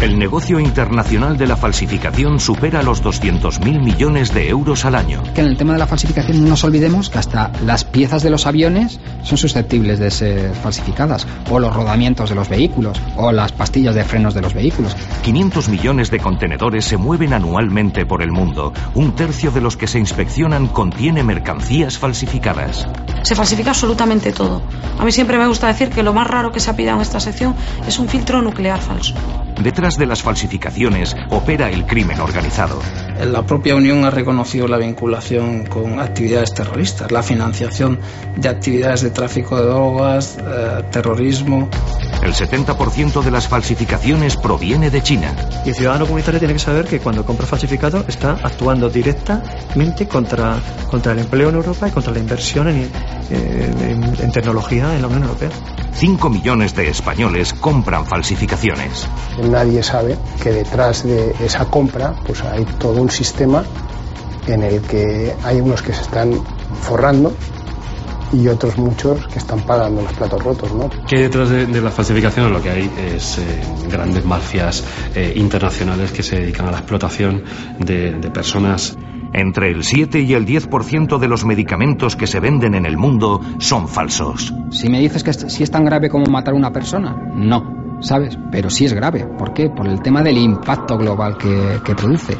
El negocio internacional de la falsificación supera los 200.000 millones de euros al año. Que en el tema de la falsificación no nos olvidemos que hasta las piezas de los aviones son susceptibles de ser falsificadas, o los rodamientos de los vehículos, o las pastillas de frenos de los vehículos. 500 millones de contenedores se mueven anualmente por el mundo. Un tercio de los que se inspeccionan contiene mercancías falsificadas. Se falsifica absolutamente todo. A mí siempre me gusta decir que lo más raro que se ha pillado en esta sección es un filtro nuclear falso. Detrás de las falsificaciones opera el crimen organizado. La propia Unión ha reconocido la vinculación con actividades terroristas, la financiación de actividades de tráfico de drogas, terrorismo. El 70% de las falsificaciones proviene de China. Y el ciudadano comunitario tiene que saber que cuando compra falsificado está actuando directamente contra el empleo en Europa y contra la inversión en tecnología en la Unión Europea. 5 millones de españoles compran falsificaciones. Nadie sabe que detrás de esa compra pues hay todo un sistema en el que hay unos que se están forrando y otros muchos que están pagando los platos rotos, ¿no? Que detrás de la falsificación lo que hay es grandes mafias internacionales que se dedican a la explotación de personas. Entre el 7 y el 10% de los medicamentos que se venden en el mundo son falsos. Si me dices que sí es tan grave como matar a una persona, no, ¿sabes? Pero sí es grave. ¿Por qué? Por el tema del impacto global que produce.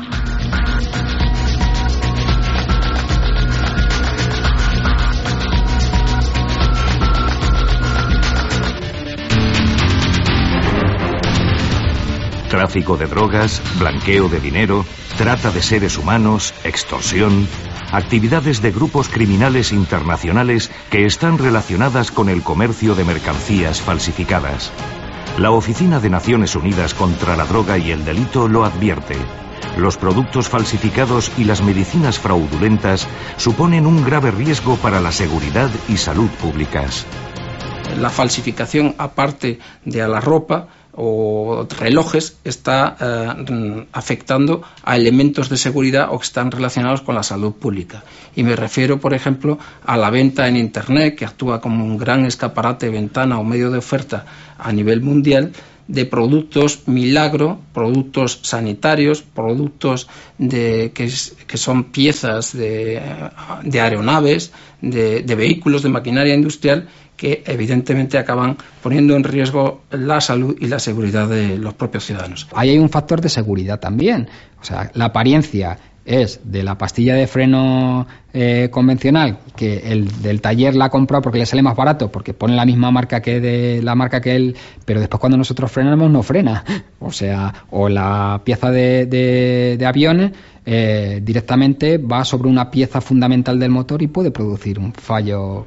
Tráfico de drogas, blanqueo de dinero, trata de seres humanos, extorsión, actividades de grupos criminales internacionales que están relacionadas con el comercio de mercancías falsificadas. La Oficina de Naciones Unidas contra la Droga y el Delito lo advierte. Los productos falsificados y las medicinas fraudulentas suponen un grave riesgo para la seguridad y salud públicas. La falsificación, aparte de a la ropa o relojes, está afectando a elementos de seguridad o que están relacionados con la salud pública. Y me refiero, por ejemplo, a la venta en Internet, que actúa como un gran escaparate, ventana o medio de oferta a nivel mundial de productos milagro, productos sanitarios, productos que son piezas de aeronaves, de vehículos, de maquinaria industrial, que evidentemente acaban poniendo en riesgo la salud y la seguridad de los propios ciudadanos. Ahí hay un factor de seguridad también. O sea, la apariencia es de la pastilla de freno convencional, que el del taller la ha comprado porque le sale más barato, porque pone la misma marca que él, pero después cuando nosotros frenamos no frena. O sea, o la pieza de aviones directamente va sobre una pieza fundamental del motor y puede producir un fallo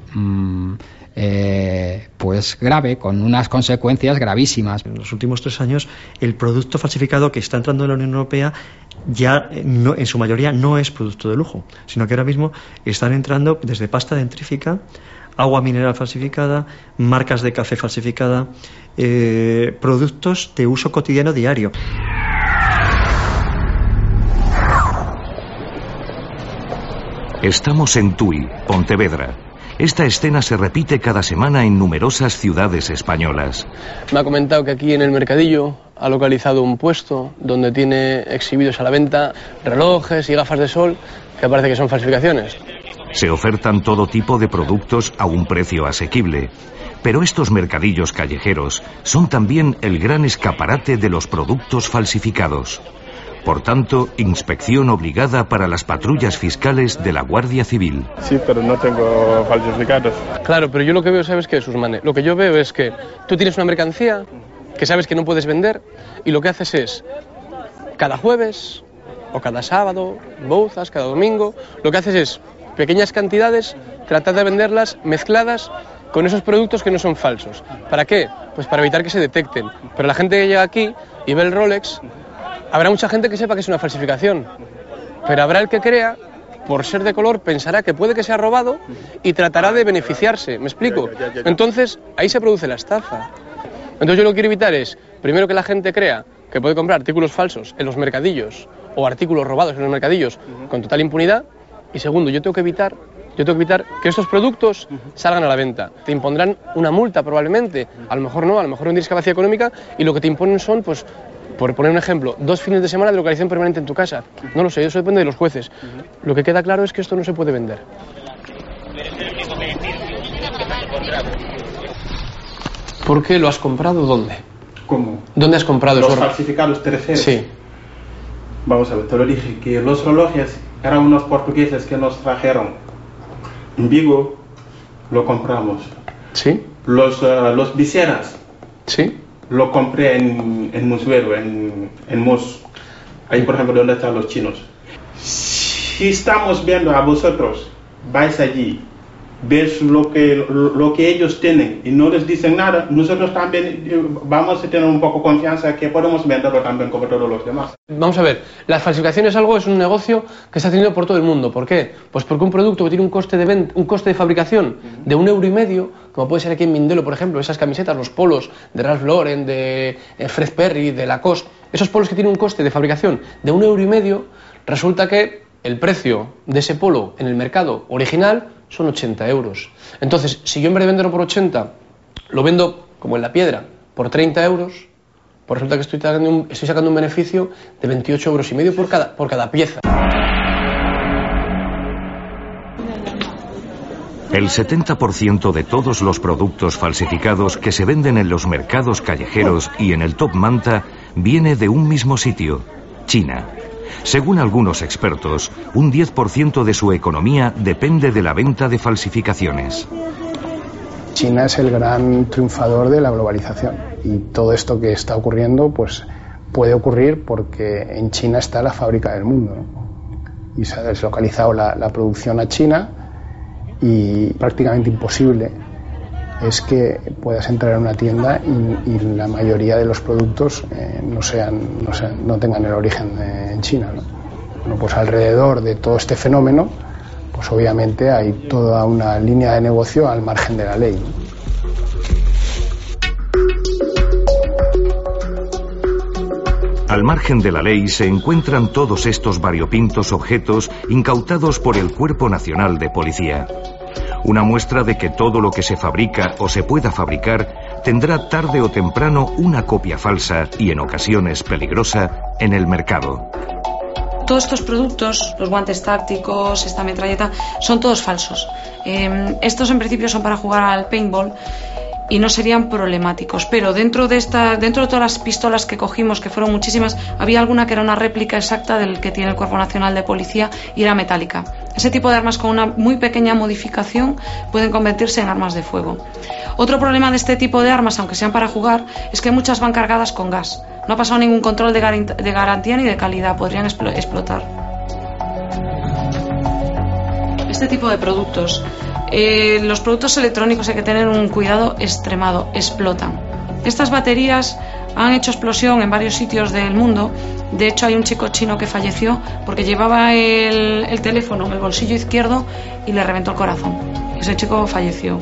pues grave, con unas consecuencias gravísimas. En los últimos 3 años el producto falsificado que está entrando en la Unión Europea ya no, en su mayoría no es producto de lujo, sino que ahora mismo están entrando desde pasta dentrífica, agua mineral falsificada, marcas de café falsificada, productos de uso cotidiano diario. Estamos en Tui, Pontevedra. Esta escena se repite cada semana en numerosas ciudades españolas. Me ha comentado que aquí en el Mercadillo ha localizado un puesto donde tiene exhibidos a la venta relojes y gafas de sol que parece que son falsificaciones. Se ofertan todo tipo de productos a un precio asequible. Pero estos mercadillos callejeros son también el gran escaparate de los productos falsificados. Por tanto, inspección obligada para las patrullas fiscales de la Guardia Civil. Sí, pero no tengo falsificados. Claro, pero yo lo que veo, ¿sabes qué, Susmane? Lo que yo veo es que tú tienes una mercancía que sabes que no puedes vender y lo que haces es, cada jueves o cada sábado, bouzas, cada domingo, lo que haces es, pequeñas cantidades, tratar de venderlas mezcladas con esos productos que no son falsos. ¿Para qué? Pues para evitar que se detecten. Pero la gente que llega aquí y ve el Rolex, habrá mucha gente que sepa que es una falsificación, pero habrá el que crea, por ser de color, pensará que puede que sea robado y tratará de beneficiarse, ¿me explico? Entonces, ahí se produce la estafa. Entonces yo lo que quiero evitar es, primero, que la gente crea que puede comprar artículos falsos en los mercadillos o artículos robados en los mercadillos con total impunidad, y segundo, yo tengo que evitar que estos productos salgan a la venta. Te impondrán una multa probablemente, a lo mejor no, a lo mejor no tienes capacidad económica y lo que te imponen son pues por poner un ejemplo, 2 fines de semana de localización permanente en tu casa. No lo sé, eso depende de los jueces. Lo que queda claro es que esto no se puede vender. ¿Por qué lo has comprado? ¿Dónde? ¿Cómo? ¿Dónde has comprado los esos falsificados terceros? Sí. Vamos a ver, te lo dije, que los relojes eran unos portugueses que nos trajeron. En Vigo lo compramos. ¿Sí? Los viseras. ¿Sí? Lo compré en Musuero, en Mus. Ahí, por ejemplo, donde están los chinos. Si estamos viendo a vosotros, vais allí, ves lo que ellos tienen y no les dicen nada, nosotros también vamos a tener un poco de confianza que podemos venderlo también como todos los demás. Vamos a ver, las falsificaciones es un negocio que está teniendo por todo el mundo. ¿Por qué? Pues porque un producto que tiene un coste de fabricación de 1,5 €, como puede ser aquí en Mindelo, por ejemplo, esas camisetas, los polos de Ralph Lauren, de Fred Perry, de Lacoste, esos polos que tienen un coste de fabricación de 1,5 €, resulta que el precio de ese polo en el mercado original son 80 €. Entonces, si yo en vez de venderlo por 80, lo vendo, como en la piedra, por 30 €, pues resulta que estoy sacando un beneficio de 28,5 € por cada pieza. El 70% de todos los productos falsificados que se venden en los mercados callejeros y en el Top Manta viene de un mismo sitio, China. Según algunos expertos, un 10% de su economía depende de la venta de falsificaciones. China es el gran triunfador de la globalización y todo esto que está ocurriendo pues puede ocurrir porque en China está la fábrica del mundo, ¿no? Y se ha deslocalizado la producción a China y prácticamente imposible es que puedas entrar en una tienda y la mayoría de los productos no tengan el origen en China, ¿no? Bueno, pues alrededor de todo este fenómeno, pues obviamente hay toda una línea de negocio al margen de la ley, ¿no? Al margen de la ley se encuentran todos estos variopintos objetos incautados por el Cuerpo Nacional de Policía. Una muestra de que todo lo que se fabrica o se pueda fabricar tendrá tarde o temprano una copia falsa y en ocasiones peligrosa en el mercado. Todos estos productos, los guantes tácticos, esta metralleta, son todos falsos. Estos en principio son para jugar al paintball y no serían problemáticos, pero dentro de todas las pistolas que cogimos, que fueron muchísimas, había alguna que era una réplica exacta del que tiene el Cuerpo Nacional de Policía y era metálica. Ese tipo de armas con una muy pequeña modificación pueden convertirse en armas de fuego. Otro problema de este tipo de armas, aunque sean para jugar, es que muchas van cargadas con gas. No ha pasado ningún control de garantía ni de calidad, podrían explotar. Este tipo de productos, los productos electrónicos hay que tener un cuidado extremado, explotan. Estas baterías han hecho explosión en varios sitios del mundo. De hecho, hay un chico chino que falleció porque llevaba el teléfono en el bolsillo izquierdo y le reventó el corazón. Ese chico falleció.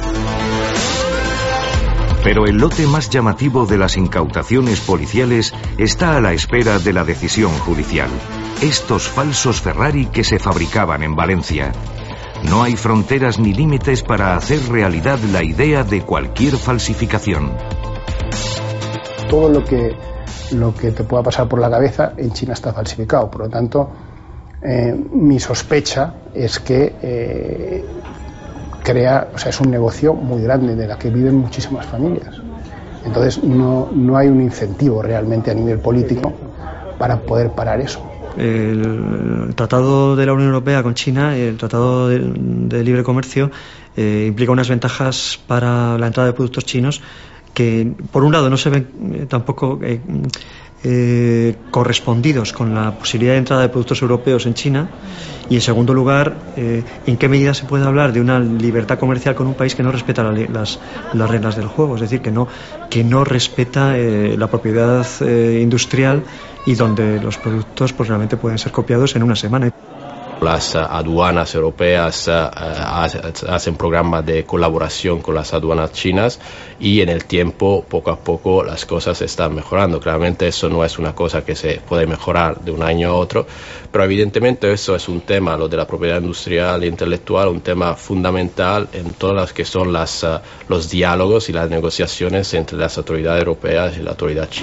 Pero el lote más llamativo de las incautaciones policiales está a la espera de la decisión judicial. Estos falsos Ferrari que se fabricaban en Valencia. No hay fronteras ni límites para hacer realidad la idea de cualquier falsificación. Todo lo que te pueda pasar por la cabeza en China está falsificado. Por lo tanto, mi sospecha es que es un negocio muy grande de la que viven muchísimas familias. Entonces no hay un incentivo realmente a nivel político para poder parar eso. El Tratado de la Unión Europea con China, el Tratado de Libre Comercio, implica unas ventajas para la entrada de productos chinos que, por un lado, no se ven tampoco correspondidos con la posibilidad de entrada de productos europeos en China, y en segundo lugar, en qué medida se puede hablar de una libertad comercial con un país que no respeta las reglas del juego, es decir, que no respeta la propiedad industrial y donde los productos pues realmente pueden ser copiados en una semana. Las aduanas europeas hacen programas de colaboración con las aduanas chinas y en el tiempo, poco a poco, las cosas están mejorando. Claramente eso no es una cosa que se puede mejorar de un año a otro, pero evidentemente eso es un tema, lo de la propiedad industrial e intelectual, un tema fundamental en todas las que son los diálogos y las negociaciones entre las autoridades europeas y la autoridad china.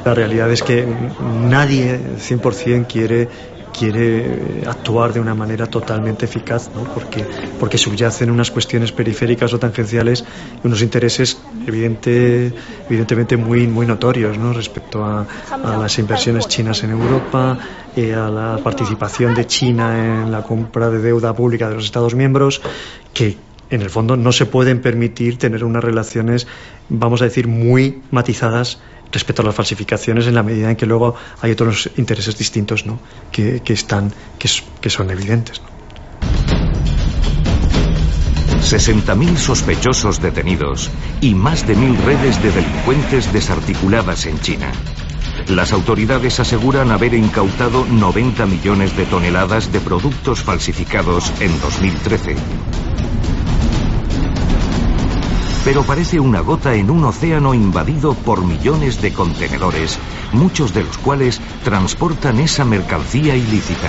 La realidad es que nadie 100% quiere actuar de una manera totalmente eficaz, ¿no? porque subyacen unas cuestiones periféricas o tangenciales y unos intereses evidentemente muy notorios, ¿no? Respecto a las inversiones chinas en Europa, a la participación de China en la compra de deuda pública de los Estados miembros, que en el fondo no se pueden permitir tener unas relaciones, vamos a decir, muy matizadas respecto a las falsificaciones, en la medida en que luego hay otros intereses distintos, ¿no? que son evidentes, ¿no? 60.000 sospechosos detenidos y más de 1.000 redes de delincuentes desarticuladas en China. Las autoridades aseguran haber incautado 90 millones de toneladas de productos falsificados en 2013. Pero parece una gota en un océano invadido por millones de contenedores, muchos de los cuales transportan esa mercancía ilícita.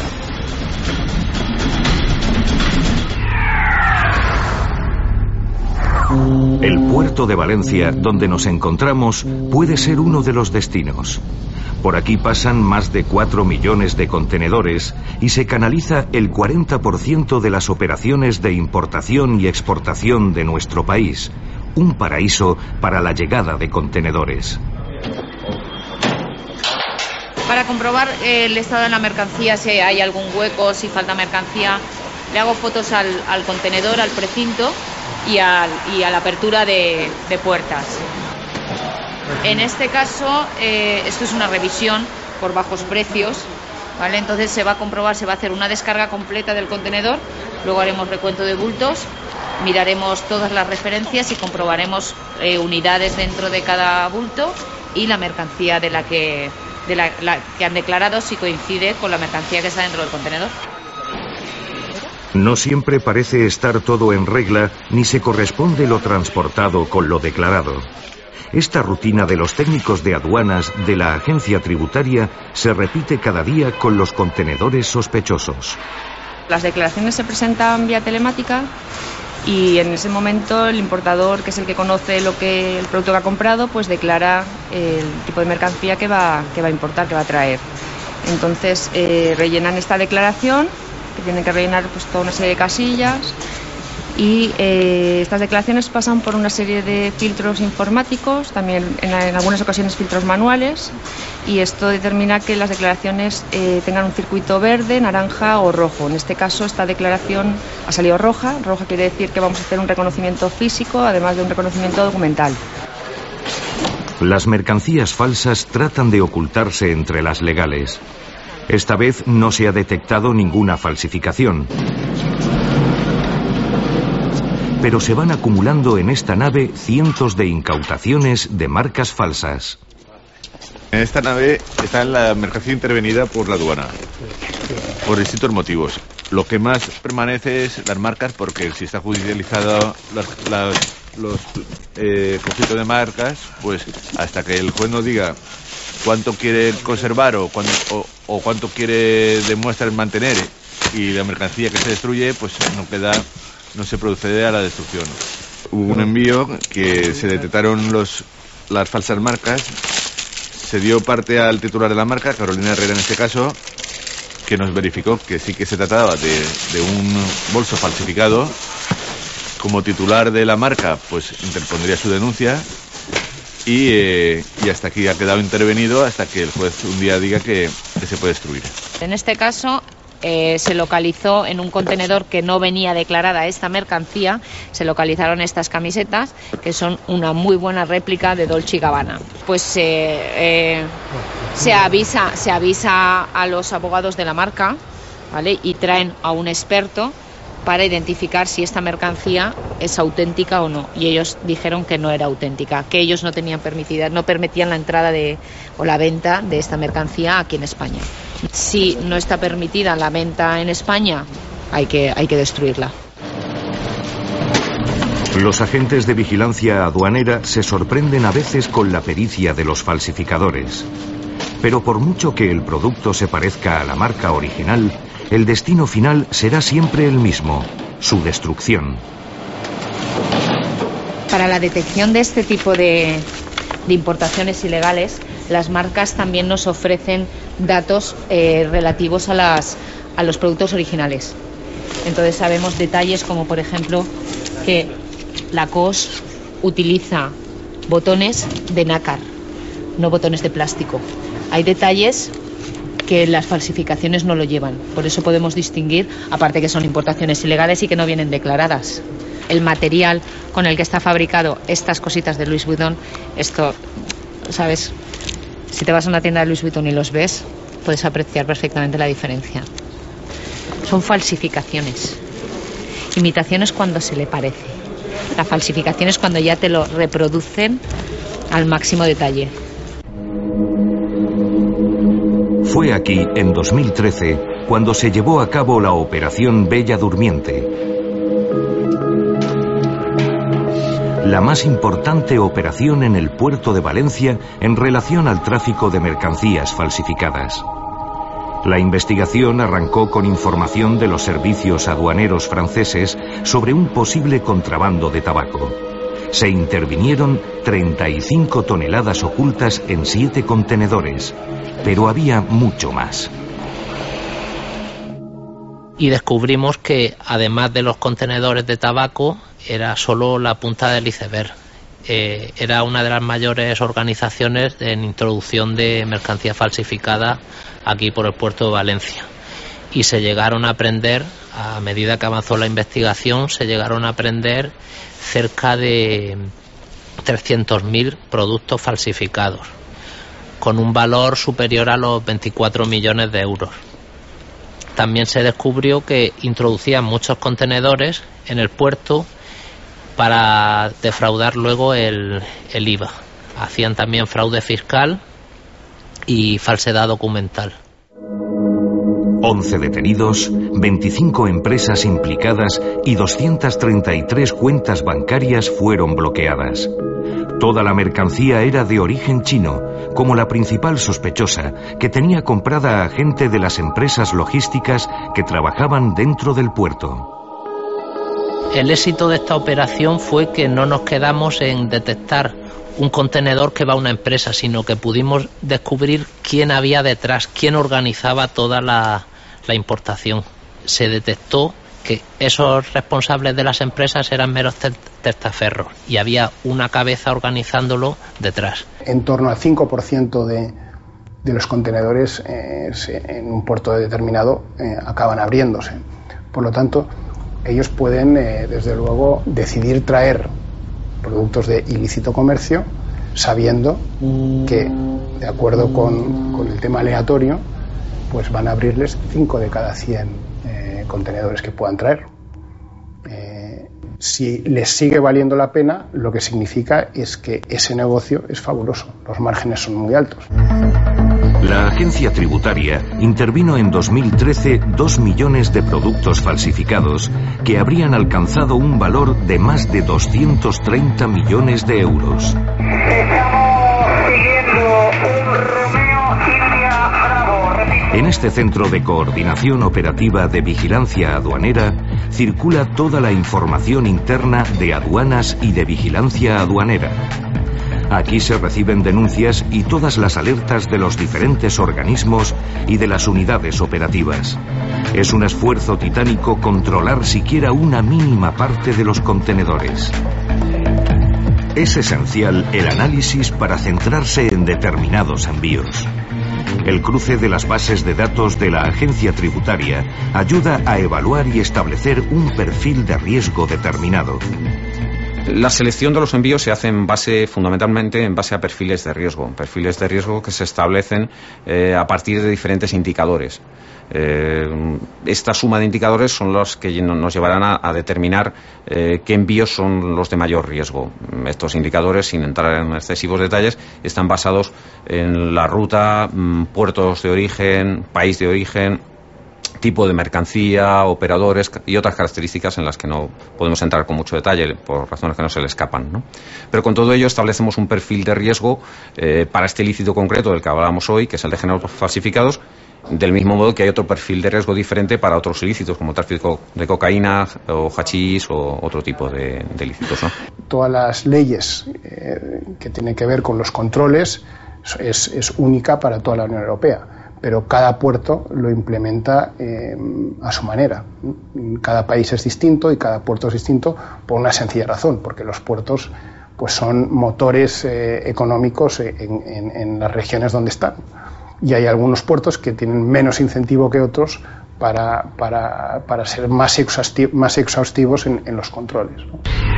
El puerto de Valencia, donde nos encontramos, puede ser uno de los destinos. Por aquí pasan más de 4 millones de contenedores y se canaliza el 40% de las operaciones de importación y exportación de nuestro país. Un paraíso para la llegada de contenedores. Para comprobar el estado de la mercancía, si hay algún hueco, si falta mercancía, le hago fotos al contenedor, al precinto y a la apertura de puertas. En este caso, esto es una revisión por bajos precios, ¿vale? Entonces se va a comprobar, se va a hacer una descarga completa del contenedor, luego haremos recuento de bultos, miraremos todas las referencias y comprobaremos unidades dentro de cada bulto y la mercancía de la que han declarado si coincide con la mercancía que está dentro del contenedor. No siempre parece estar todo en regla ni se corresponde lo transportado con lo declarado. Esta rutina de los técnicos de aduanas de la agencia tributaria se repite cada día con los contenedores sospechosos. Las declaraciones se presentan vía telemática y en ese momento el importador, que es el que conoce el producto que ha comprado, pues declara el tipo de mercancía que va a importar, que va a traer. Entonces rellenan esta declaración, que tienen que rellenar pues toda una serie de casillas, y estas declaraciones pasan por una serie de filtros informáticos, también en algunas ocasiones filtros manuales, y esto determina que las declaraciones tengan un circuito verde, naranja o rojo. En este caso esta declaración ha salido roja. Roja quiere decir que vamos a hacer un reconocimiento físico, además de un reconocimiento documental. Las mercancías falsas tratan de ocultarse entre las legales. Esta vez no se ha detectado ninguna falsificación. Pero se van acumulando en esta nave cientos de incautaciones de marcas falsas. En esta nave está la mercancía intervenida por la aduana, por distintos motivos. Lo que más permanece es las marcas, porque si está judicializado los conflictos de marcas, pues hasta que el juez nos diga cuánto quiere conservar o cuánto quiere demuestra mantener y la mercancía que se destruye, pues no se procede a la destrucción. Hubo un envío que se detectaron las falsas marcas, se dio parte al titular de la marca, Carolina Herrera en este caso, que nos verificó que sí que se trataba de un bolso falsificado. Como titular de la marca, pues interpondría su denuncia y hasta aquí ha quedado intervenido hasta que el juez un día diga que se puede destruir. En este caso se localizó en un contenedor que no venía declarada esta mercancía, se localizaron estas camisetas que son una muy buena réplica de Dolce & Gabbana. Pues se avisa a los abogados de la marca, ¿vale? Y traen a un experto para identificar si esta mercancía es auténtica o no, y ellos dijeron que no era auténtica, que ellos no permitían la entrada o la venta de esta mercancía aquí en España. Si no está permitida la venta en España, hay que destruirla. Los agentes de vigilancia aduanera se sorprenden a veces con la pericia de los falsificadores. Pero por mucho que el producto se parezca a la marca original, el destino final será siempre el mismo, su destrucción. Para la detección de este tipo de importaciones ilegales, las marcas también nos ofrecen datos relativos a los productos originales. Entonces sabemos detalles como, por ejemplo, que Lacoste utiliza botones de nácar, no botones de plástico. Hay detalles que las falsificaciones no lo llevan. Por eso podemos distinguir, aparte que son importaciones ilegales y que no vienen declaradas. El material con el que está fabricado estas cositas de Louis Vuitton, esto, ¿sabes? Si te vas a una tienda de Louis Vuitton y los ves, puedes apreciar perfectamente la diferencia. Son falsificaciones. Imitación es cuando se le parece. La falsificación es cuando ya te lo reproducen al máximo detalle. Fue aquí, en 2013, cuando se llevó a cabo la Operación Bella Durmiente, la más importante operación en el puerto de Valencia en relación al tráfico de mercancías falsificadas. La investigación arrancó con información de los servicios aduaneros franceses sobre un posible contrabando de tabaco. Se intervinieron 35 toneladas ocultas en 7 contenedores, pero había mucho más. Y descubrimos que, además de los contenedores de tabaco, era solo la punta del iceberg. Era una de las mayores organizaciones en introducción de mercancía falsificada aquí por el puerto de Valencia. Y se llegaron a prender, a medida que avanzó la investigación, se llegaron a prender cerca de 300.000 productos falsificados, con un valor superior a los 24 millones de euros. También se descubrió que introducían muchos contenedores en el puerto para defraudar luego el IVA. Hacían también fraude fiscal y falsedad documental. 11 detenidos, 25 empresas implicadas y 233 cuentas bancarias fueron bloqueadas. Toda la mercancía era de origen chino, como la principal sospechosa, que tenía comprada a gente de las empresas logísticas que trabajaban dentro del puerto. El éxito de esta operación fue que no nos quedamos en detectar un contenedor que va a una empresa, sino que pudimos descubrir quién había detrás, quién organizaba toda la importación. Se detectó que esos responsables de las empresas eran meros testaferros y había una cabeza organizándolo detrás. En torno al 5% de los contenedores en un puerto determinado acaban abriéndose. Por lo tanto, ellos pueden, desde luego, decidir traer productos de ilícito comercio sabiendo que, de acuerdo con el tema aleatorio, pues van a abrirles 5 de cada 100 contenedores que puedan traer. Si les sigue valiendo la pena, lo que significa es que ese negocio es fabuloso, los márgenes son muy altos. La agencia tributaria intervino en 2013 2 millones de productos falsificados que habrían alcanzado un valor de más de 230 millones de euros. En este centro de coordinación operativa de vigilancia aduanera circula toda la información interna de aduanas y de vigilancia aduanera. Aquí se reciben denuncias y todas las alertas de los diferentes organismos y de las unidades operativas. Es un esfuerzo titánico controlar siquiera una mínima parte de los contenedores. Es esencial el análisis para centrarse en determinados envíos. El cruce de las bases de datos de la agencia tributaria ayuda a evaluar y establecer un perfil de riesgo determinado. La selección de los envíos se hace fundamentalmente en base a perfiles de riesgo que se establecen a partir de diferentes indicadores. Esta suma de indicadores son los que nos llevarán a determinar qué envíos son los de mayor riesgo. Estos indicadores, sin entrar en excesivos detalles, están basados en la ruta, puertos de origen, país de origen, tipo de mercancía, operadores y otras características en las que no podemos entrar con mucho detalle por razones que no se le escapan, ¿no? Pero con todo ello establecemos un perfil de riesgo para este ilícito concreto del que hablábamos hoy, que es el de géneros falsificados, del mismo modo que hay otro perfil de riesgo diferente para otros ilícitos, como tráfico de cocaína o hachís o otro tipo de ilícitos, ¿no? Todas las leyes que tienen que ver con los controles es única para toda la Unión Europea, pero cada puerto lo implementa a su manera. Cada país es distinto y cada puerto es distinto por una sencilla razón, porque los puertos pues son motores económicos en las regiones donde están. Y hay algunos puertos que tienen menos incentivo que otros para ser más exhaustivos en los controles, ¿no?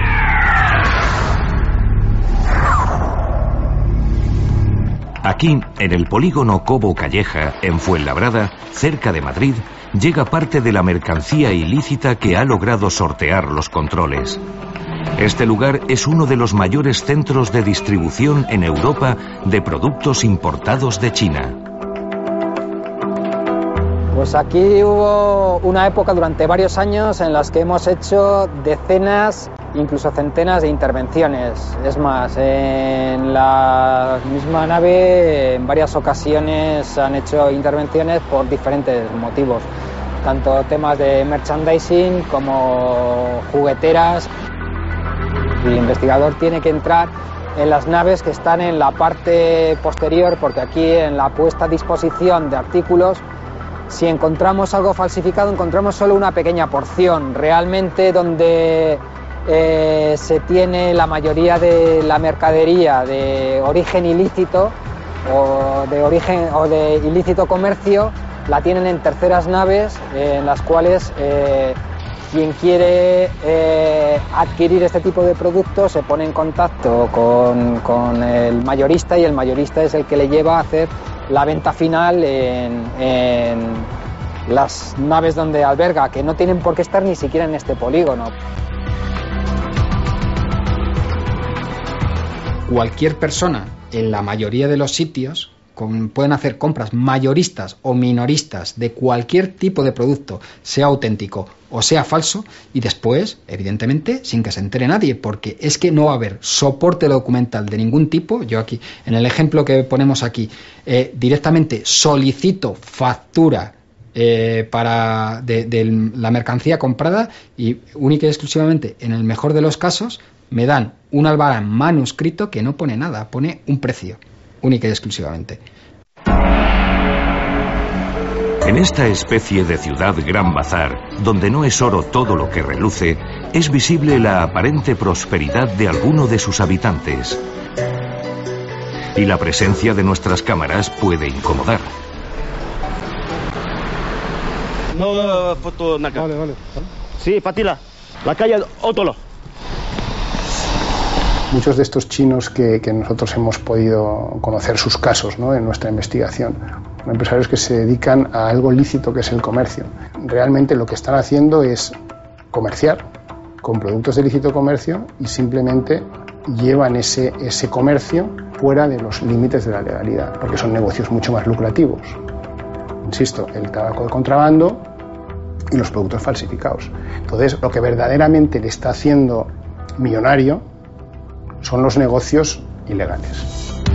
Aquí, en el polígono Cobo Calleja, en Fuenlabrada, cerca de Madrid, llega parte de la mercancía ilícita que ha logrado sortear los controles. Este lugar es uno de los mayores centros de distribución en Europa de productos importados de China. Pues aquí hubo una época durante varios años en las que hemos hecho decenas, incluso centenas de intervenciones. Es más, en la misma nave en varias ocasiones han hecho intervenciones por diferentes motivos, tanto temas de merchandising como jugueteras. El investigador tiene que entrar en las naves que están en la parte posterior, porque aquí en la puesta a disposición de artículos, si encontramos algo falsificado, encontramos solo una pequeña porción. Realmente donde se tiene la mayoría de la mercadería de origen ilícito o de ilícito comercio, la tienen en terceras naves en las cuales quien quiere adquirir este tipo de productos se pone en contacto con el mayorista, y el mayorista es el que le lleva a hacer la venta final en las naves donde alberga, que no tienen por qué estar ni siquiera en este polígono. Cualquier persona en la mayoría de los sitios pueden hacer compras mayoristas o minoristas de cualquier tipo de producto, sea auténtico o sea falso, y después, evidentemente, sin que se entere nadie, porque es que no va a haber soporte documental de ningún tipo. Yo aquí, en el ejemplo que ponemos aquí, directamente solicito factura de la mercancía comprada, y única y exclusivamente, en el mejor de los casos, me dan un albarán manuscrito que no pone nada, pone un precio, única y exclusivamente. En esta especie de ciudad gran bazar, donde no es oro todo lo que reluce, es visible la aparente prosperidad de alguno de sus habitantes. Y la presencia de nuestras cámaras puede incomodar. No, foto Naka. Vale. Sí, Patila. La calle Ótolo. Muchos de estos chinos que nosotros hemos podido conocer sus casos, ¿no?, en nuestra investigación, son empresarios que se dedican a algo lícito, que es el comercio. Realmente lo que están haciendo es comerciar con productos de lícito comercio y simplemente llevan ese comercio fuera de los límites de la legalidad, porque son negocios mucho más lucrativos. Insisto, el tabaco de contrabando y los productos falsificados. Entonces, lo que verdaderamente le está haciendo millonario son los negocios ilegales.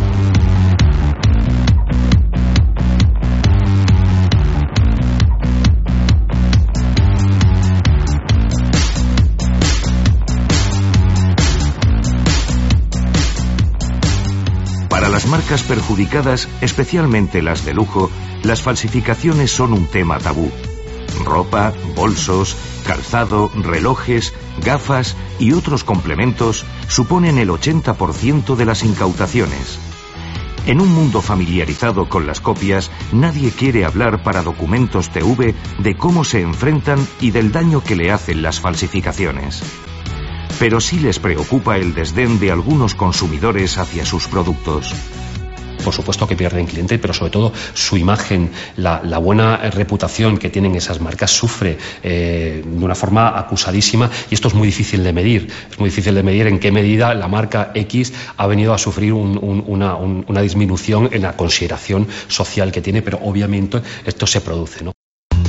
Para las marcas perjudicadas, especialmente las de lujo, las falsificaciones son un tema tabú. Ropa, bolsos, calzado, relojes, gafas y otros complementos suponen el 80% de las incautaciones. En un mundo familiarizado con las copias, nadie quiere hablar para Documentos TV de cómo se enfrentan y del daño que le hacen las falsificaciones. Pero sí les preocupa el desdén de algunos consumidores hacia sus productos. Por supuesto que pierden cliente, pero sobre todo su imagen, la buena reputación que tienen esas marcas sufre de una forma acusadísima, y esto es muy difícil de medir. Es muy difícil de medir en qué medida la marca X ha venido a sufrir una disminución en la consideración social que tiene, pero obviamente esto se produce, ¿no?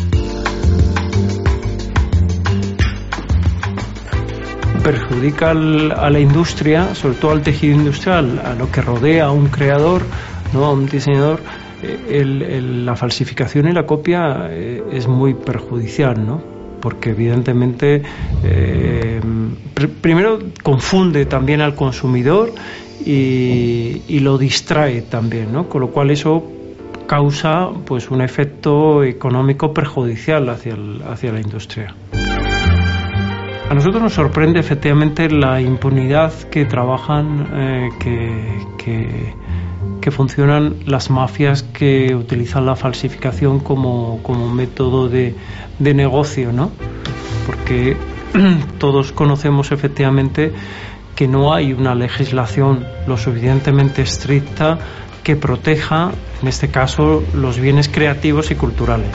Perjudica a la industria, sobre todo al tejido industrial, a lo que rodea a un creador, ¿no?, a un diseñador. La falsificación y la copia es muy perjudicial, ¿no?, porque evidentemente primero confunde también al consumidor y lo distrae también, ¿no? Con lo cual eso causa pues un efecto económico perjudicial hacia la industria. A nosotros nos sorprende efectivamente la impunidad que trabajan, que funcionan las mafias que utilizan la falsificación como método de negocio, ¿no? Porque todos conocemos efectivamente que no hay una legislación lo suficientemente estricta que proteja, en este caso, los bienes creativos y culturales.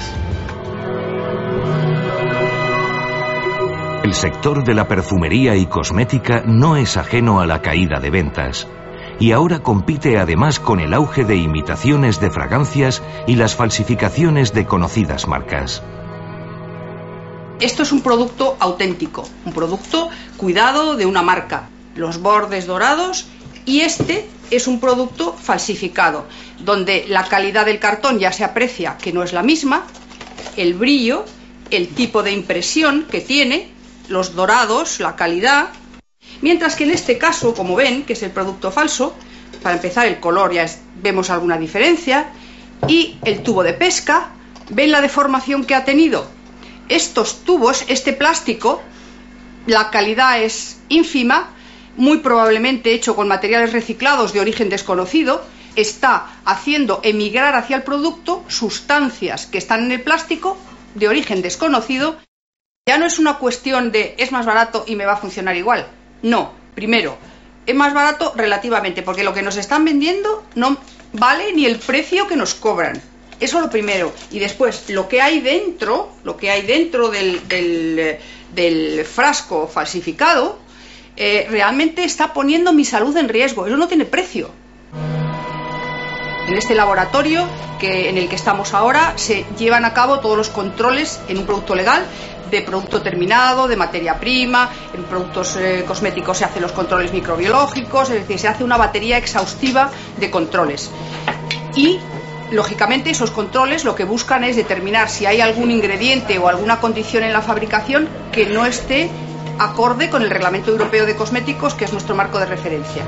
El sector de la perfumería y cosmética no es ajeno a la caída de ventas. Y ahora compite además con el auge de imitaciones de fragancias y las falsificaciones de conocidas marcas. Esto es un producto auténtico, un producto cuidado de una marca, los bordes dorados, y este es un producto falsificado, donde la calidad del cartón ya se aprecia que no es la misma, el brillo, el tipo de impresión que tiene, los dorados, la calidad. Mientras que en este caso, como ven, que es el producto falso, para empezar el color ya vemos alguna diferencia, y el tubo de pesca, ven la deformación que ha tenido. Estos tubos, este plástico, la calidad es ínfima, muy probablemente hecho con materiales reciclados de origen desconocido, está haciendo emigrar hacia el producto sustancias que están en el plástico de origen desconocido. Ya no es una cuestión de es más barato y me va a funcionar igual. No, primero, es más barato relativamente, porque lo que nos están vendiendo no vale ni el precio que nos cobran. Eso lo primero. Y después, lo que hay dentro del frasco falsificado, realmente está poniendo mi salud en riesgo. Eso no tiene precio. En este laboratorio en el que estamos ahora se llevan a cabo todos los controles en un producto legal, de producto terminado, de materia prima, en productos cosméticos se hacen los controles microbiológicos, es decir, se hace una batería exhaustiva de controles. Y, lógicamente, esos controles lo que buscan es determinar si hay algún ingrediente o alguna condición en la fabricación que no esté acorde con el Reglamento Europeo de Cosméticos, que es nuestro marco de referencia.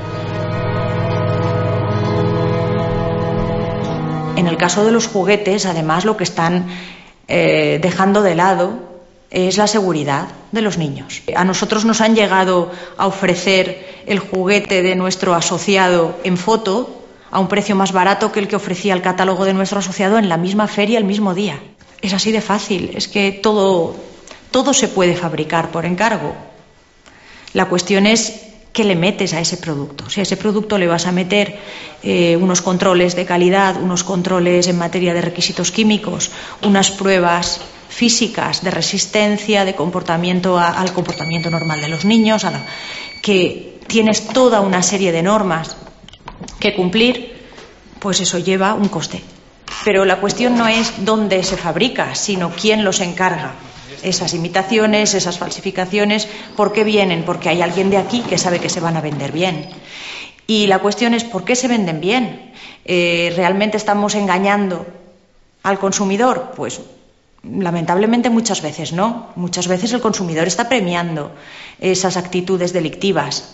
En el caso de los juguetes, además, lo que están dejando de lado es la seguridad de los niños. A nosotros nos han llegado a ofrecer el juguete de nuestro asociado en foto a un precio más barato que el que ofrecía el catálogo de nuestro asociado en la misma feria el mismo día. Es así de fácil, es que todo se puede fabricar por encargo. La cuestión es qué le metes a ese producto. Si a ese producto le vas a meter unos controles de calidad, unos controles en materia de requisitos químicos, unas pruebas físicas de resistencia, de comportamiento al comportamiento normal de los niños, que tienes toda una serie de normas que cumplir, pues eso lleva un coste. Pero la cuestión no es dónde se fabrica, sino quién los encarga. Esas imitaciones, esas falsificaciones, ¿por qué vienen? Porque hay alguien de aquí que sabe que se van a vender bien. Y la cuestión es ¿por qué se venden bien? ¿Realmente estamos engañando al consumidor? Pues lamentablemente muchas veces no. Muchas veces el consumidor está premiando esas actitudes delictivas.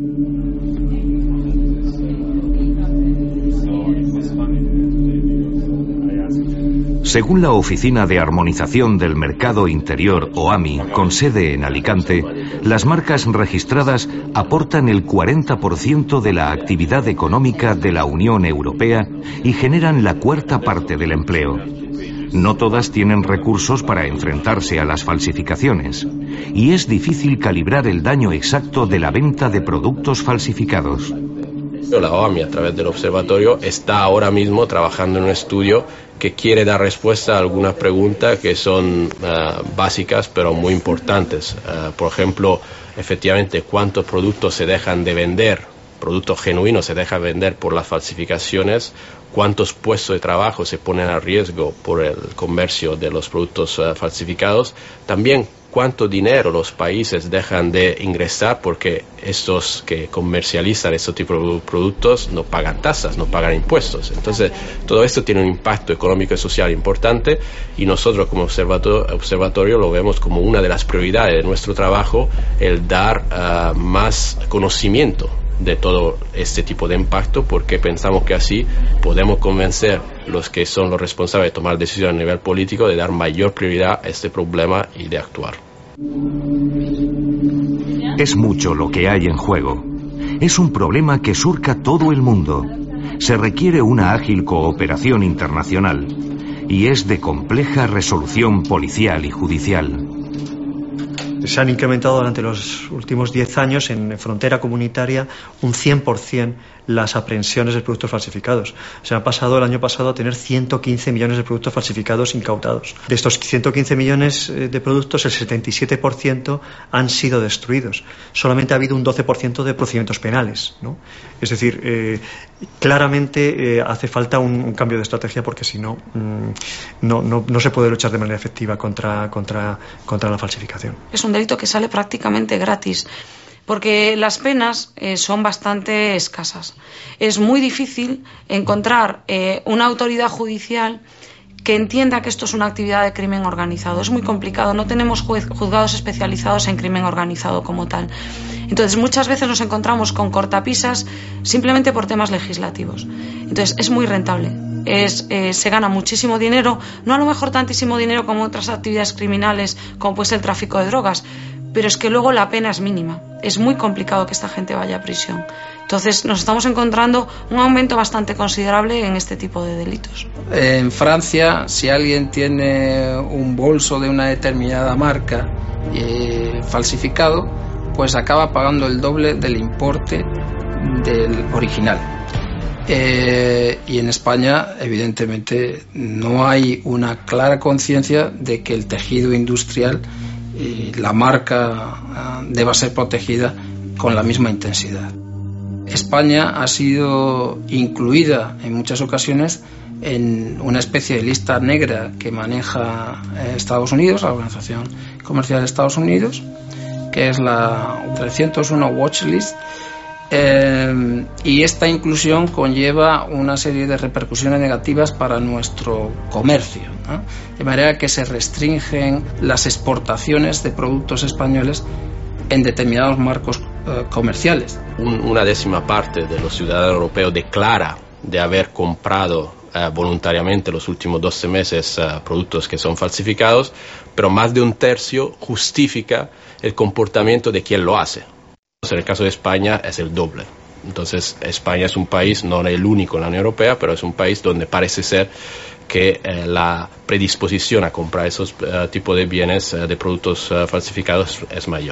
Según la Oficina de Armonización del Mercado Interior, OAMI, con sede en Alicante, las marcas registradas aportan el 40% de la actividad económica de la Unión Europea y generan la cuarta parte del empleo. No todas tienen recursos para enfrentarse a las falsificaciones, y es difícil calibrar el daño exacto de la venta de productos falsificados. La OAMI, a través del observatorio, está ahora mismo trabajando en un estudio que quiere dar respuesta a algunas preguntas que son básicas pero muy importantes. Por ejemplo, efectivamente, ¿cuántos productos se dejan de vender? Productos genuinos se dejan vender por las falsificaciones. ¿Cuántos puestos de trabajo se ponen a riesgo por el comercio de los productos falsificados? También, ¿cuánto dinero los países dejan de ingresar porque estos que comercializan este tipo de productos no pagan tasas, no pagan impuestos? Entonces, todo esto tiene un impacto económico y social importante y nosotros como observatorio lo vemos como una de las prioridades de nuestro trabajo, el dar más conocimiento de todo este tipo de impacto, porque pensamos que así podemos convencer los que son los responsables de tomar decisiones a nivel político de dar mayor prioridad a este problema y de actuar. Es mucho lo que hay en juego. Es un problema que surca todo el mundo. Se requiere una ágil cooperación internacional y es de compleja resolución policial y judicial. Se han incrementado durante los últimos 10 años en frontera comunitaria un 100% las aprehensiones de productos falsificados. Se ha pasado el año pasado a tener 115 millones de productos falsificados incautados. De estos 115 millones de productos, el 77% han sido destruidos. Solamente ha habido un 12% de procedimientos penales, ¿no? Es decir, claramente hace falta un cambio de estrategia, porque si no, no se puede luchar de manera efectiva contra la falsificación. Es un delito que sale prácticamente gratis, porque las penas son bastante escasas. Es muy difícil encontrar una autoridad judicial que entienda que esto es una actividad de crimen organizado. Es muy complicado, no tenemos juzgados especializados en crimen organizado como tal. Entonces, muchas veces nos encontramos con cortapisas simplemente por temas legislativos. Entonces, es muy rentable. Se gana muchísimo dinero, no a lo mejor tantísimo dinero como otras actividades criminales, como puede ser el tráfico de drogas, pero es que luego la pena es mínima. Es muy complicado que esta gente vaya a prisión. Entonces nos estamos encontrando un aumento bastante considerable en este tipo de delitos. En Francia, si alguien tiene un bolso de una determinada marca falsificado, pues acaba pagando el doble del importe del original. Y en España, evidentemente, no hay una clara conciencia de que el tejido industrial y la marca deba ser protegida con la misma intensidad. España ha sido incluida en muchas ocasiones en una especie de lista negra que maneja Estados Unidos, la Organización Comercial de Estados Unidos, que es la 301 Watch List, y esta inclusión conlleva una serie de repercusiones negativas para nuestro comercio, ¿no? De manera que se restringen las exportaciones de productos españoles en determinados marcos comerciales. Una décima parte de los ciudadanos europeos declara de haber comprado voluntariamente los últimos 12 meses productos que son falsificados, pero más de un tercio justifica el comportamiento de quien lo hace. En el caso de España es el doble. Entonces España es un país, no el único en la Unión Europea, pero es un país donde parece ser que la predisposición a comprar esos tipos de bienes, de productos falsificados, es mayor.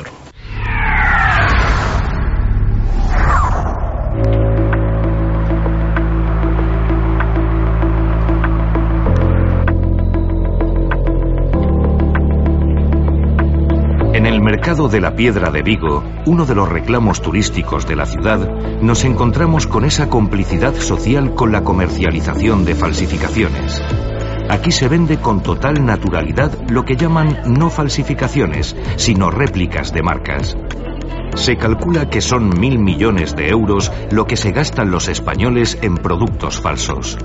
En el mercado de la Piedra de Vigo, uno de los reclamos turísticos de la ciudad, nos encontramos con esa complicidad social con la comercialización de falsificaciones. Aquí se vende con total naturalidad lo que llaman no falsificaciones, sino réplicas de marcas. Se calcula que son 1.000 millones de euros lo que se gastan los españoles en productos falsos.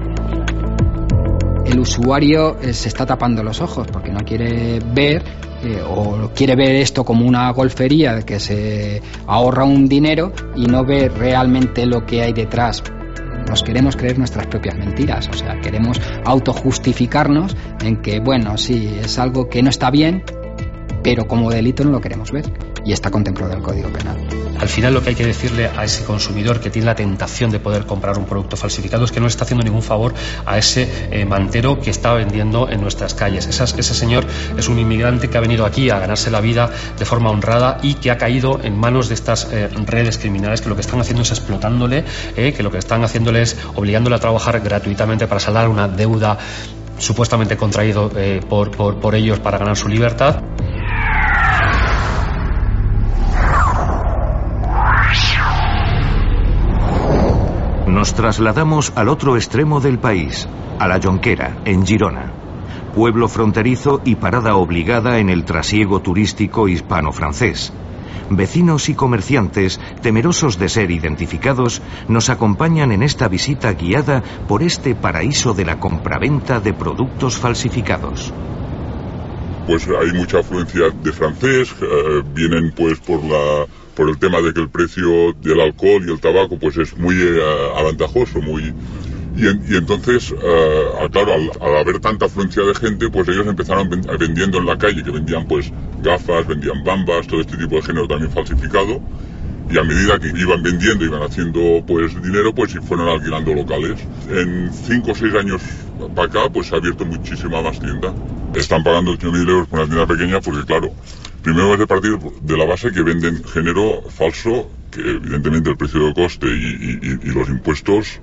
El usuario se está tapando los ojos porque no quiere ver o quiere ver esto como una golfería de que se ahorra un dinero y no ve realmente lo que hay detrás. Nos queremos creer nuestras propias mentiras, o sea, queremos autojustificarnos en que, bueno, sí, es algo que no está bien, pero como delito no lo queremos ver y está contemplado en el Código Penal. Al final lo que hay que decirle a ese consumidor que tiene la tentación de poder comprar un producto falsificado es que no está haciendo ningún favor a ese mantero que está vendiendo en nuestras calles. Ese señor es un inmigrante que ha venido aquí a ganarse la vida de forma honrada y que ha caído en manos de estas redes criminales que lo que están haciendo es explotándole, que lo que están haciéndole es obligándole a trabajar gratuitamente para saldar una deuda supuestamente contraído por ellos para ganar su libertad. Nos trasladamos al otro extremo del país, a La Jonquera, en Girona, pueblo fronterizo y parada obligada en el trasiego turístico hispano-francés. Vecinos y comerciantes, temerosos de ser identificados, nos acompañan en esta visita guiada por este paraíso de la compraventa de productos falsificados. Pues hay mucha afluencia de francés, vienen pues por por el tema de que el precio del alcohol y el tabaco pues es muy avantajoso, y entonces, claro, al haber tanta afluencia de gente, pues ellos empezaron vendiendo en la calle, que vendían pues gafas, vendían bambas, todo este tipo de género también falsificado, y a medida que iban vendiendo, iban haciendo pues dinero, pues y fueron alquilando locales. En 5 o 6 años para acá, pues se ha abierto muchísima más tienda. Están pagando 8.000 euros por una tienda pequeña porque, claro, primero vas a partir de la base que venden género falso, que evidentemente el precio de coste y los impuestos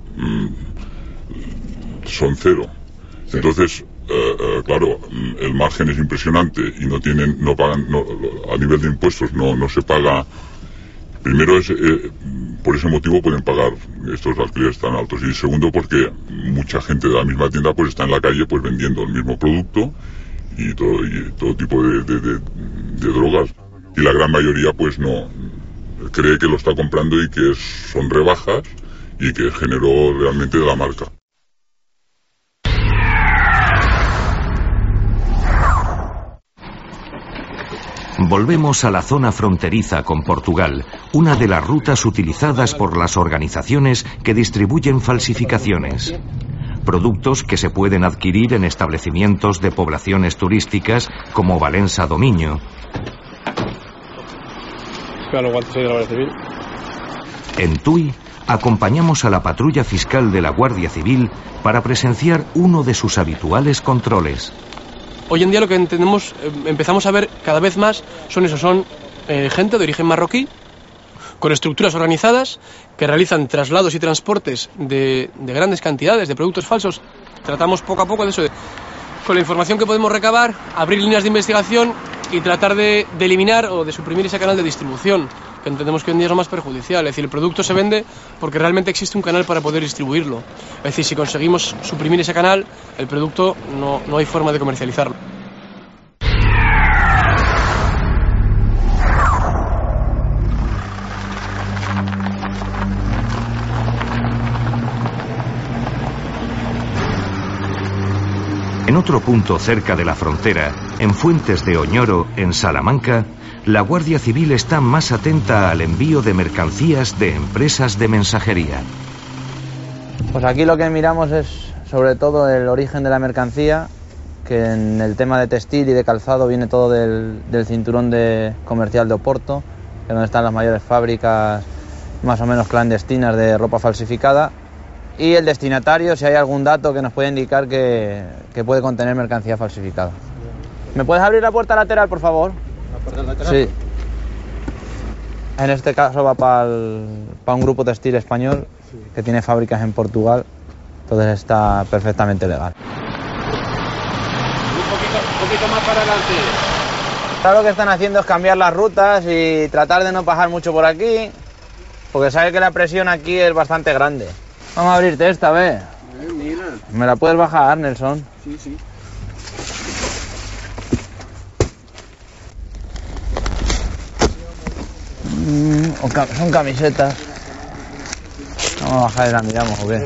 son cero. Entonces, claro, el margen es impresionante y no pagan, a nivel de impuestos no se paga. Primero por ese motivo pueden pagar estos alquileres tan altos, y segundo porque mucha gente de la misma tienda pues está en la calle pues vendiendo el mismo producto y todo tipo de drogas, y la gran mayoría pues no cree que lo está comprando y que son rebajas y que es género realmente de la marca. Volvemos a la zona fronteriza con Portugal, una de las rutas utilizadas por las organizaciones que distribuyen falsificaciones. Productos que se pueden adquirir en establecimientos de poblaciones turísticas como Valença do Minho. En Tui, acompañamos a la patrulla fiscal de la Guardia Civil para presenciar uno de sus habituales controles. Hoy en día lo que empezamos a ver cada vez más son gente de origen marroquí, con estructuras organizadas, que realizan traslados y transportes de grandes cantidades de productos falsos. Tratamos poco a poco de eso, con la información que podemos recabar, abrir líneas de investigación y tratar de eliminar o de suprimir ese canal de distribución, que entendemos que hoy en día es lo más perjudicial. Es decir, el producto se vende porque realmente existe un canal para poder distribuirlo. Es decir, si conseguimos suprimir ese canal, el producto no hay forma de comercializarlo. En otro punto cerca de la frontera, en Fuentes de Oñoro, en Salamanca, la Guardia Civil está más atenta al envío de mercancías de empresas de mensajería. Pues aquí lo que miramos es sobre todo el origen de la mercancía, que en el tema de textil y de calzado viene todo del cinturón comercial de Oporto, que es donde están las mayores fábricas más o menos clandestinas de ropa falsificada. Y el destinatario, si hay algún dato que nos puede indicar que puede contener mercancía falsificada. ¿Me puedes abrir la puerta lateral, por favor? ¿La puerta lateral? Sí. En este caso va para un grupo textil español que tiene fábricas en Portugal, entonces está perfectamente legal. Un poquito más para adelante. Ahora lo que están haciendo es cambiar las rutas y tratar de no pasar mucho por aquí, porque sabe que la presión aquí es bastante grande. Vamos a abrirte esta vez. Mira. ¿Me la puedes bajar, Nelson? Sí, sí. Son camisetas. Vamos a bajar y la miramos, ¿o qué?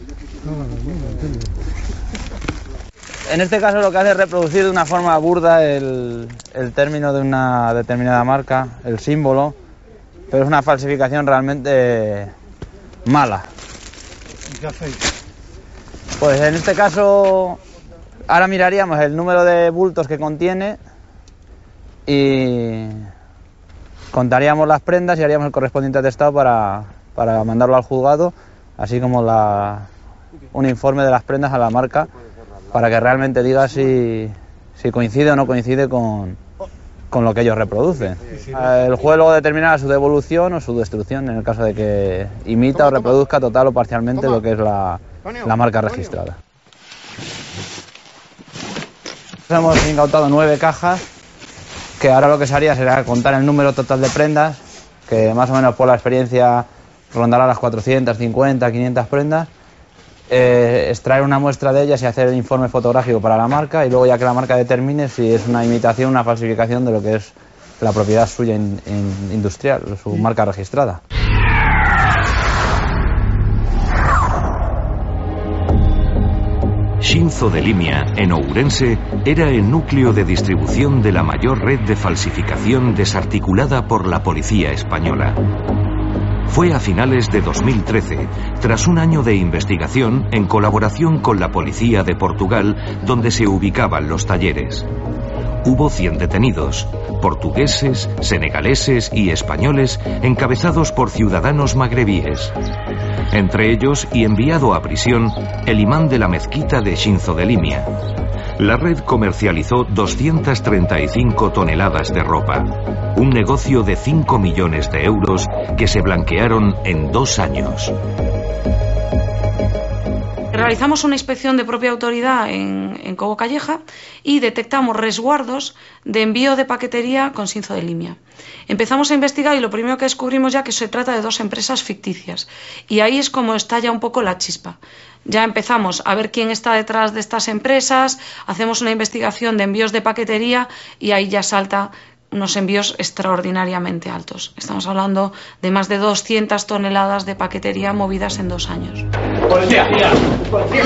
En este caso lo que hace es reproducir de una forma burda el término de una determinada marca, el símbolo, pero es una falsificación realmente mala. ¿Qué hacéis? Pues en este caso ahora miraríamos el número de bultos que contiene y contaríamos las prendas y haríamos el correspondiente atestado para mandarlo al juzgado, así como un informe de las prendas a la marca para que realmente diga si coincide o no coincide con lo que ellos reproducen. El juez luego determinará su devolución o su destrucción en el caso de que imita o reproduzca total o parcialmente lo que es la marca registrada. Hemos incautado 9 cajas, que ahora lo que se haría será contar el número total de prendas, que más o menos por la experiencia rondará las 450, 500 prendas, extraer una muestra de ellas y hacer el informe fotográfico para la marca, y luego ya que la marca determine si es una imitación o una falsificación de lo que es la propiedad suya industrial, su marca registrada. Shinzo de Limia, en Ourense, era el núcleo de distribución de la mayor red de falsificación desarticulada por la policía española. Fue a finales de 2013, tras un año de investigación en colaboración con la policía de Portugal, donde se ubicaban los talleres. Hubo 100 detenidos, portugueses, senegaleses y españoles, encabezados por ciudadanos magrebíes. Entre ellos, y enviado a prisión, el imán de la mezquita de Shinzo de Limia. La red comercializó 235 toneladas de ropa, un negocio de 5 millones de euros que se blanquearon en 2 años. Realizamos una inspección de propia autoridad en Cobo Calleja y detectamos resguardos de envío de paquetería con Shinzo de Limia. Empezamos a investigar y lo primero que descubrimos ya que se trata de 2 empresas ficticias. Y ahí es como estalla un poco la chispa. Ya empezamos a ver quién está detrás de estas empresas, hacemos una investigación de envíos de paquetería y ahí ya salta unos envíos extraordinariamente altos. Estamos hablando de más de 200 toneladas de paquetería movidas en 2 años. ¡Policía! ¡Policía!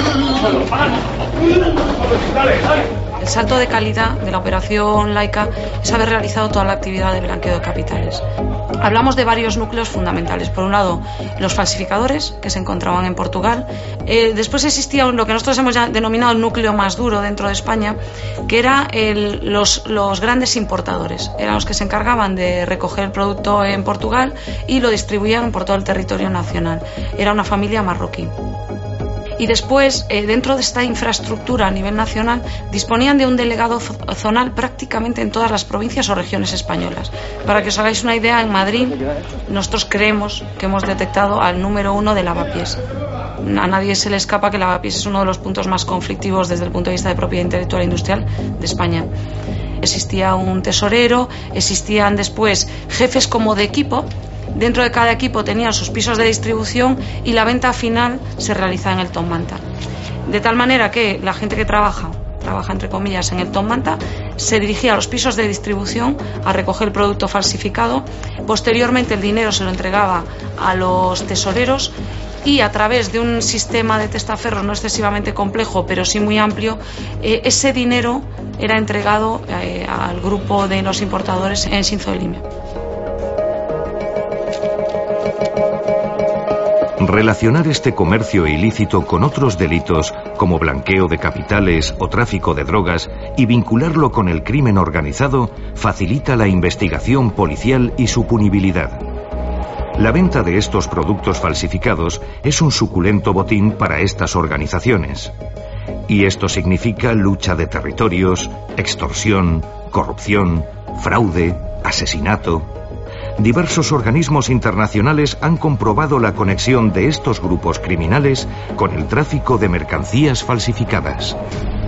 ¡Dale, dale! El salto de calidad de la operación Laika es haber realizado toda la actividad de blanqueo de capitales. Hablamos de varios núcleos fundamentales. Por un lado, los falsificadores que se encontraban en Portugal. Después existía lo que nosotros hemos denominado el núcleo más duro dentro de España, que eran los grandes importadores. Eran los que se encargaban de recoger el producto en Portugal y lo distribuían por todo el territorio nacional. Era una familia marroquí. Y después, dentro de esta infraestructura a nivel nacional, disponían de un delegado zonal prácticamente en todas las provincias o regiones españolas. Para que os hagáis una idea, en Madrid nosotros creemos que hemos detectado al número 1 de lavapiés. A nadie se le escapa que lavapiés es uno de los puntos más conflictivos desde el punto de vista de propiedad intelectual e industrial de España. Existía un tesorero, existían después jefes como de equipo. Dentro de cada equipo tenían sus pisos de distribución y la venta final se realiza en el Top Manta. De tal manera que la gente que trabaja entre comillas en el Top Manta, se dirigía a los pisos de distribución a recoger el producto falsificado. Posteriormente el dinero se lo entregaba a los tesoreros y a través de un sistema de testaferros no excesivamente complejo pero sí muy amplio, ese dinero era entregado al grupo de los importadores en Shinzo de Limia. Relacionar este comercio ilícito con otros delitos como blanqueo de capitales o tráfico de drogas y vincularlo con el crimen organizado facilita la investigación policial y su punibilidad. La venta de estos productos falsificados es un suculento botín para estas organizaciones. Y esto significa lucha de territorios, extorsión, corrupción, fraude, asesinato. Diversos organismos internacionales han comprobado la conexión de estos grupos criminales con el tráfico de mercancías falsificadas.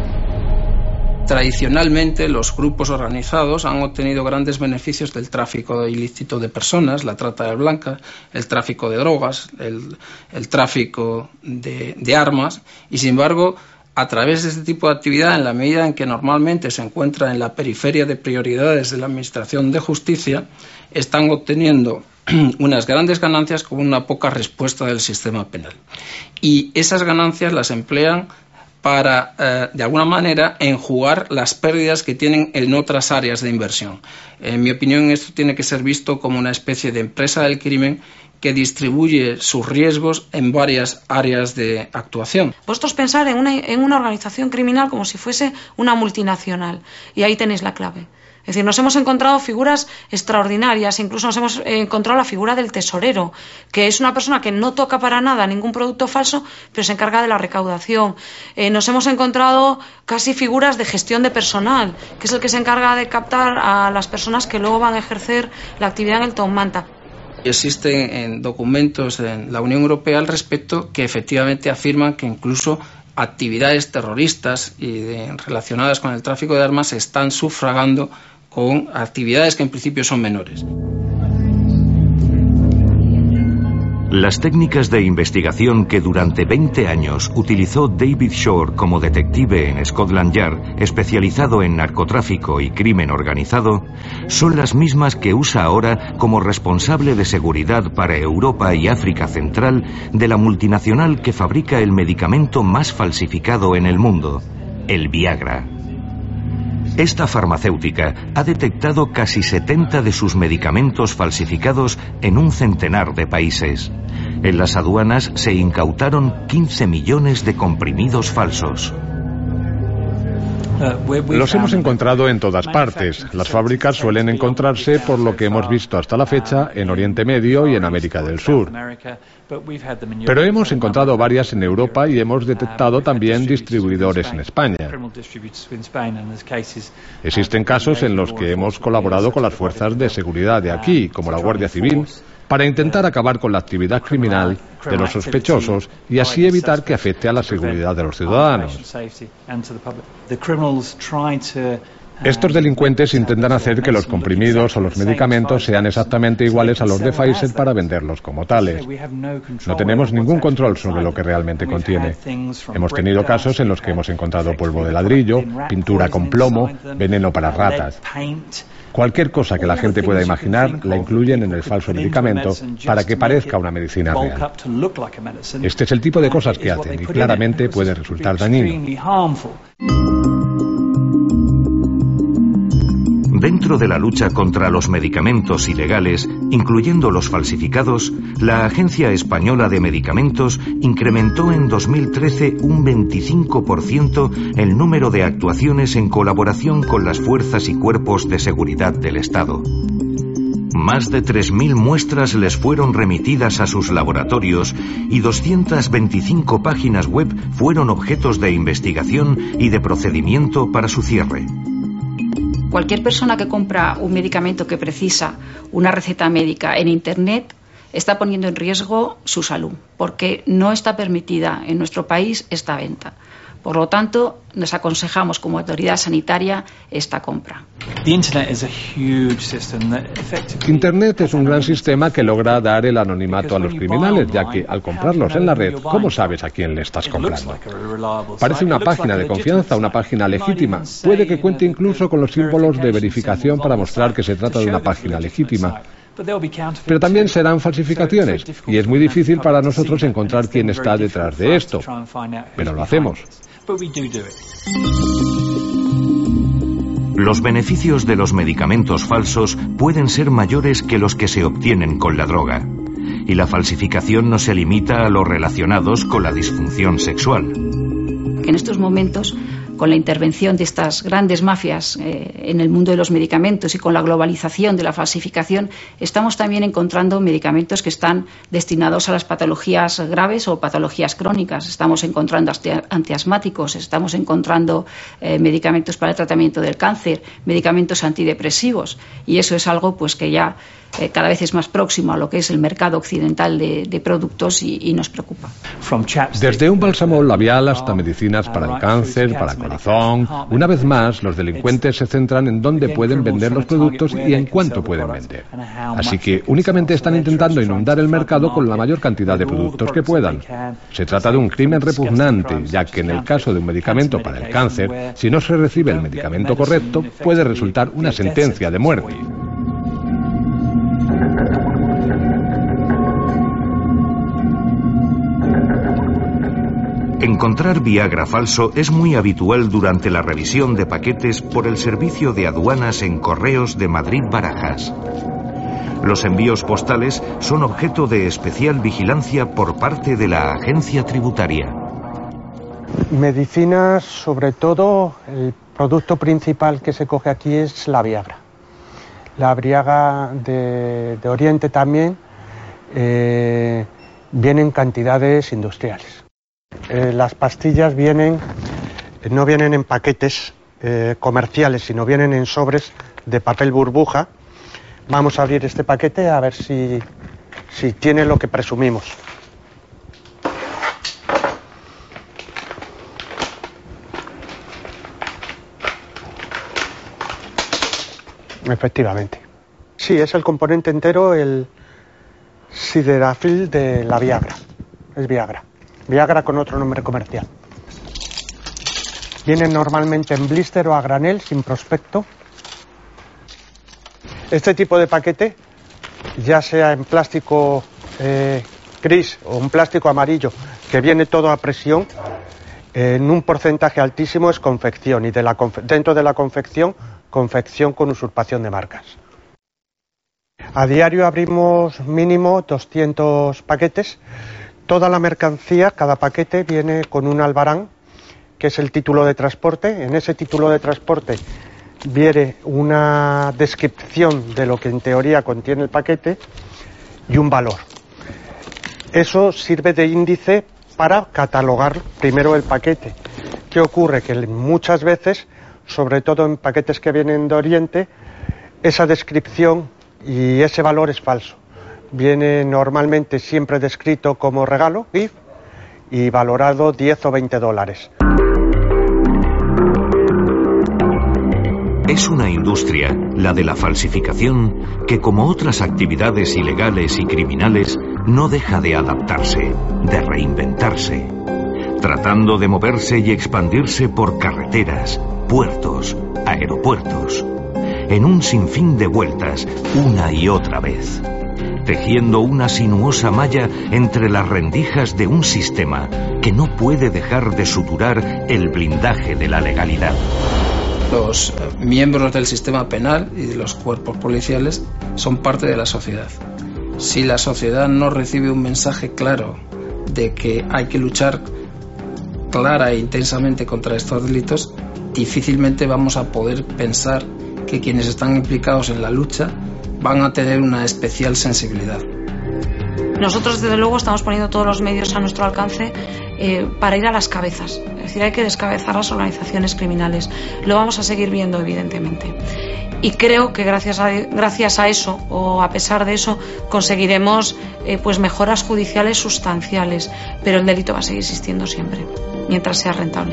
Tradicionalmente, los grupos organizados han obtenido grandes beneficios del tráfico ilícito de personas, la trata de blancas, el tráfico de drogas, el tráfico de armas, y sin embargo, a través de este tipo de actividad, en la medida en que normalmente se encuentra en la periferia de prioridades de la Administración de Justicia, están obteniendo unas grandes ganancias con una poca respuesta del sistema penal. Y esas ganancias las emplean para, de alguna manera, enjugar las pérdidas que tienen en otras áreas de inversión. En mi opinión, esto tiene que ser visto como una especie de empresa del crimen que distribuye sus riesgos en varias áreas de actuación. Vosotros pensar en una organización criminal como si fuese una multinacional, y ahí tenéis la clave. Es decir, nos hemos encontrado figuras extraordinarias, incluso nos hemos encontrado la figura del tesorero, que es una persona que no toca para nada ningún producto falso, pero se encarga de la recaudación. Nos hemos encontrado casi figuras de gestión de personal, que es el que se encarga de captar a las personas que luego van a ejercer la actividad en el Top Manta. Existen documentos en la Unión Europea al respecto que efectivamente afirman que incluso actividades terroristas relacionadas con el tráfico de armas se están sufragando con actividades que en principio son menores. Las técnicas de investigación que durante 20 años utilizó David Shore como detective en Scotland Yard, especializado en narcotráfico y crimen organizado, son las mismas que usa ahora como responsable de seguridad para Europa y África Central de la multinacional que fabrica el medicamento más falsificado en el mundo, el Viagra. Esta farmacéutica ha detectado casi 70 de sus medicamentos falsificados en un centenar de países. En las aduanas se incautaron 15 millones de comprimidos falsos. Los hemos encontrado en todas partes. Las fábricas suelen encontrarse, por lo que hemos visto hasta la fecha, en Oriente Medio y en América del Sur. Pero hemos encontrado varias en Europa y hemos detectado también distribuidores en España. Existen casos en los que hemos colaborado con las fuerzas de seguridad de aquí, como la Guardia Civil, para intentar acabar con la actividad criminal de los sospechosos y así evitar que afecte a la seguridad de los ciudadanos. Estos delincuentes intentan hacer que los comprimidos o los medicamentos sean exactamente iguales a los de Pfizer para venderlos como tales. No tenemos ningún control sobre lo que realmente contiene. Hemos tenido casos en los que hemos encontrado polvo de ladrillo, pintura con plomo, veneno para ratas. Cualquier cosa que la gente pueda imaginar la incluyen en el falso medicamento para que parezca una medicina real. Este es el tipo de cosas que hacen y claramente puede resultar dañino. Dentro de la lucha contra los medicamentos ilegales, incluyendo los falsificados, la Agencia Española de Medicamentos incrementó en 2013 un 25% el número de actuaciones en colaboración con las fuerzas y cuerpos de seguridad del Estado. Más de 3.000 muestras les fueron remitidas a sus laboratorios y 225 páginas web fueron objetos de investigación y de procedimiento para su cierre. Cualquier persona que compra un medicamento que precisa una receta médica en Internet está poniendo en riesgo su salud, porque no está permitida en nuestro país esta venta. Por lo tanto, nos aconsejamos como autoridad sanitaria esta compra. Internet es un gran sistema que logra dar el anonimato a los criminales, ya que al comprarlos en la red, ¿cómo sabes a quién le estás comprando? Parece una página de confianza, una página legítima. Puede que cuente incluso con los símbolos de verificación para mostrar que se trata de una página legítima. Pero también serán falsificaciones, y es muy difícil para nosotros encontrar quién está detrás de esto. Pero lo hacemos. Los beneficios de los medicamentos falsos pueden ser mayores que los que se obtienen con la droga. Y la falsificación no se limita a los relacionados con la disfunción sexual. En estos momentos, con la intervención de estas grandes mafias en el mundo de los medicamentos y con la globalización de la falsificación, estamos también encontrando medicamentos que están destinados a las patologías graves o patologías crónicas. Estamos encontrando antiasmáticos, estamos encontrando medicamentos para el tratamiento del cáncer, medicamentos antidepresivos, y eso es algo pues que ya cada vez es más próximo a lo que es el mercado occidental de productos y nos preocupa. Desde un bálsamo labial hasta medicinas para el cáncer, para el corazón. Una vez más, los delincuentes se centran en dónde pueden vender los productos y en cuánto pueden vender. Así que únicamente están intentando inundar el mercado con la mayor cantidad de productos que puedan. Se trata de un crimen repugnante, ya que en el caso de un medicamento para el cáncer, si no se recibe el medicamento correcto, puede resultar una sentencia de muerte. Encontrar Viagra falso es muy habitual durante la revisión de paquetes por el Servicio de Aduanas en Correos de Madrid-Barajas. Los envíos postales son objeto de especial vigilancia por parte de la agencia tributaria. Medicinas, sobre todo, el producto principal que se coge aquí es la Viagra. La Viagra de Oriente también viene en cantidades industriales. Las pastillas no vienen en paquetes comerciales, sino vienen en sobres de papel burbuja. Vamos a abrir este paquete a ver si tiene lo que presumimos. Efectivamente. Sí, es el componente entero, sildenafil de la Viagra. Es Viagra. Viagra con otro nombre comercial. Viene normalmente en blister o a granel, sin prospecto. Este tipo de paquete, ya sea en plástico gris o un plástico amarillo, que viene todo a presión, en un porcentaje altísimo es confección, y dentro de la confección con usurpación de marcas. A diario abrimos mínimo 200 paquetes. Toda la mercancía, cada paquete viene con un albarán, que es el título de transporte. En ese título de transporte viene una descripción de lo que en teoría contiene el paquete y un valor. Eso sirve de índice para catalogar primero el paquete. ¿Qué ocurre? Que muchas veces, sobre todo en paquetes que vienen de Oriente, esa descripción y ese valor es falso. Viene normalmente siempre descrito como regalo, gift, y valorado 10 o 20 dólares. Es una industria, la de la falsificación, que como otras actividades ilegales y criminales, no deja de adaptarse, de reinventarse, tratando de moverse y expandirse por carreteras, puertos, aeropuertos, en un sinfín de vueltas, una y otra vez, tejiendo una sinuosa malla entre las rendijas de un sistema que no puede dejar de suturar el blindaje de la legalidad. Los miembros del sistema penal y de los cuerpos policiales son parte de la sociedad. Si la sociedad no recibe un mensaje claro de que hay que luchar clara e intensamente contra estos delitos, difícilmente vamos a poder pensar que quienes están implicados en la lucha van a tener una especial sensibilidad. Nosotros, desde luego, estamos poniendo todos los medios a nuestro alcance para ir a las cabezas. Es decir, hay que descabezar las organizaciones criminales. Lo vamos a seguir viendo, evidentemente. Y creo que gracias a eso, o a pesar de eso, conseguiremos pues mejoras judiciales sustanciales. Pero el delito va a seguir existiendo siempre, mientras sea rentable.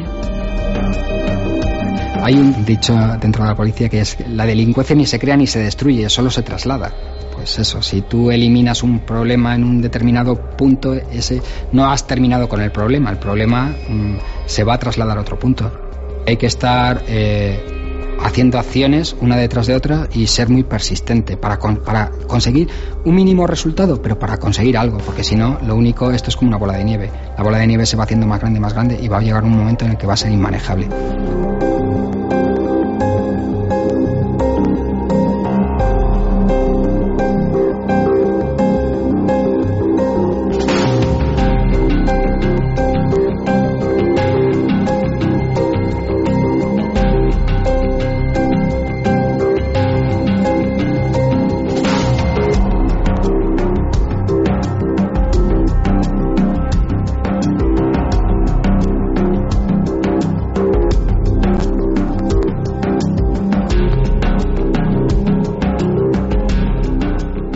Hay un dicho dentro de la policía que es: la delincuencia ni se crea ni se destruye, solo se traslada. Pues eso, si tú eliminas un problema en un determinado punto, ese no has terminado con el problema se va a trasladar a otro punto. Hay que estar haciendo acciones una detrás de otra y ser muy persistente para conseguir un mínimo resultado, pero para conseguir algo, porque si no, lo único, esto es como una bola de nieve. La bola de nieve se va haciendo más grande y va a llegar un momento en el que va a ser inmanejable.